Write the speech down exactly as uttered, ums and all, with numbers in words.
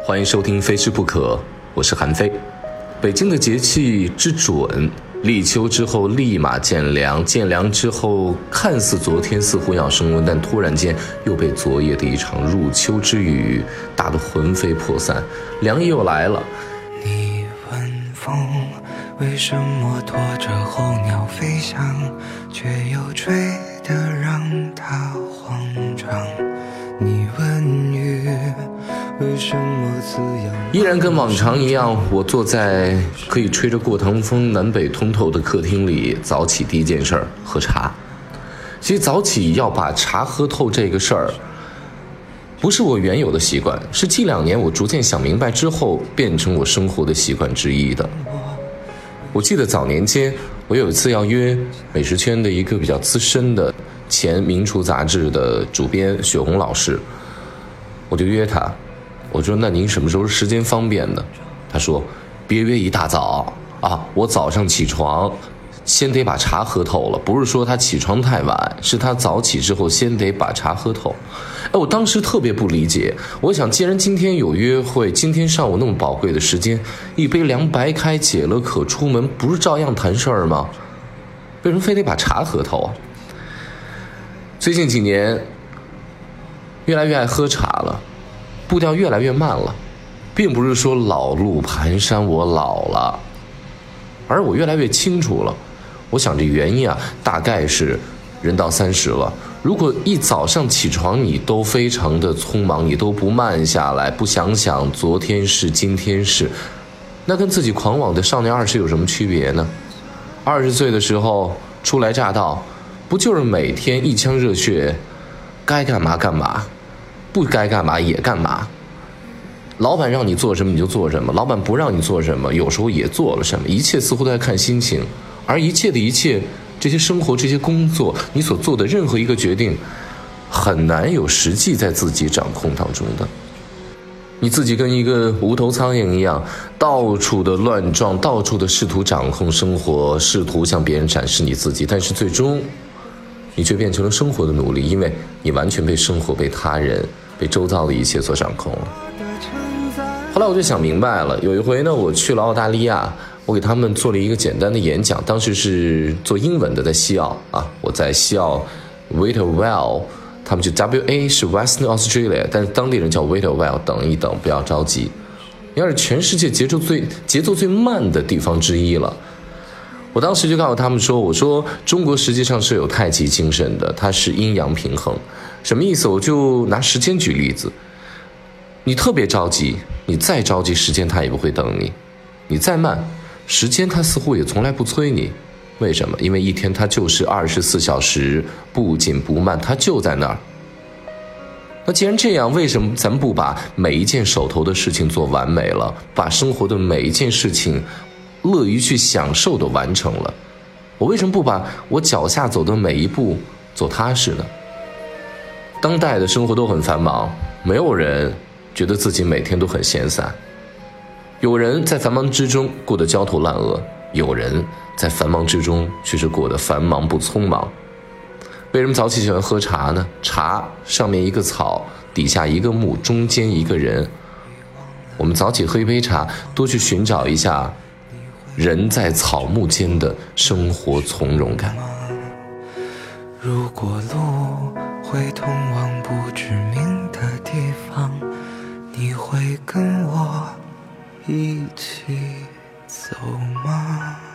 欢迎收听非吃不可，我是韩非。北京的节气之准，立秋之后立马见凉，见凉之后看似昨天似乎要升温，但突然间又被昨夜的一场入秋之雨打得魂飞魄散，凉意又来了。 你问风为什么拖着候鸟飞翔，却又吹得让它慌张，你问雨为什么滋养， 依然跟往常一样，我坐在可以吹着过堂风南北通透的客厅里，早起第一件事儿喝茶。其实早起要把茶喝透这个事儿不是我原有的习惯，是近两年我逐渐想明白之后变成我生活的习惯之一的。我记得早年间我有一次要约美食圈的一个比较资深的前名厨杂志的主编雪红老师，我就约他，我说那您什么时候时间方便呢？他说别约一大早啊，我早上起床先得把茶喝透了，不是说他起床太晚，是他早起之后先得把茶喝透。哎，我当时特别不理解，我想既然今天有约会，今天上午那么宝贵的时间，一杯凉白开解了渴，出门不是照样谈事儿吗？为什么非得把茶喝透啊？最近几年越来越爱喝茶了，步调越来越慢了，并不是说老路蹒跚我老了，而我越来越清楚了。我想这原因啊，大概是人到三十了，如果一早上起床你都非常的匆忙，你都不慢下来，不想想昨天是今天是，那跟自己狂妄的少年二十有什么区别呢？二十岁的时候初来乍到，不就是每天一腔热血，该干嘛干嘛，不该干嘛也干嘛，老板让你做什么你就做什么，老板不让你做什么有时候也做了什么，一切似乎都在看心情。而一切的一切，这些生活这些工作，你所做的任何一个决定很难有实际在自己掌控当中的。你自己跟一个无头苍蝇一样，到处的乱撞，到处的试图掌控生活，试图向别人展示你自己，但是最终你却变成了生活的奴隶，因为你完全被生活被他人被周遭的一切所掌控了。后来我就想明白了，有一回呢，我去了澳大利亚，我给他们做了一个简单的演讲，当时是做英文的，在西澳啊，我在西澳 Waiterville， 他们就 W A 是 Western Australia， 但是当地人叫 Waiterville， 等一等，不要着急。应该是全世界节奏最节奏最慢的地方之一了。我当时就告诉他们说，我说中国实际上是有太极精神的，它是阴阳平衡。什么意思？我就拿时间举例子，你特别着急，你再着急，时间它也不会等你；你再慢，时间它似乎也从来不催你。为什么？因为一天它就是二十四小时，不紧不慢，它就在那儿。那既然这样，为什么咱们不把每一件手头的事情做完美了，把生活的每一件事情乐于去享受的完成了？我为什么不把我脚下走的每一步做踏实呢？当代的生活都很繁忙，没有人觉得自己每天都很闲散。有人在繁忙之中过得焦头烂额，有人在繁忙之中却是过得繁忙不匆忙。为什么早起喜欢喝茶呢？茶上面一个草，底下一个木，中间一个人。我们早起喝一杯茶，多去寻找一下人在草木间的生活从容感。 如果路会通往不知名的地方，你会跟我一起走吗？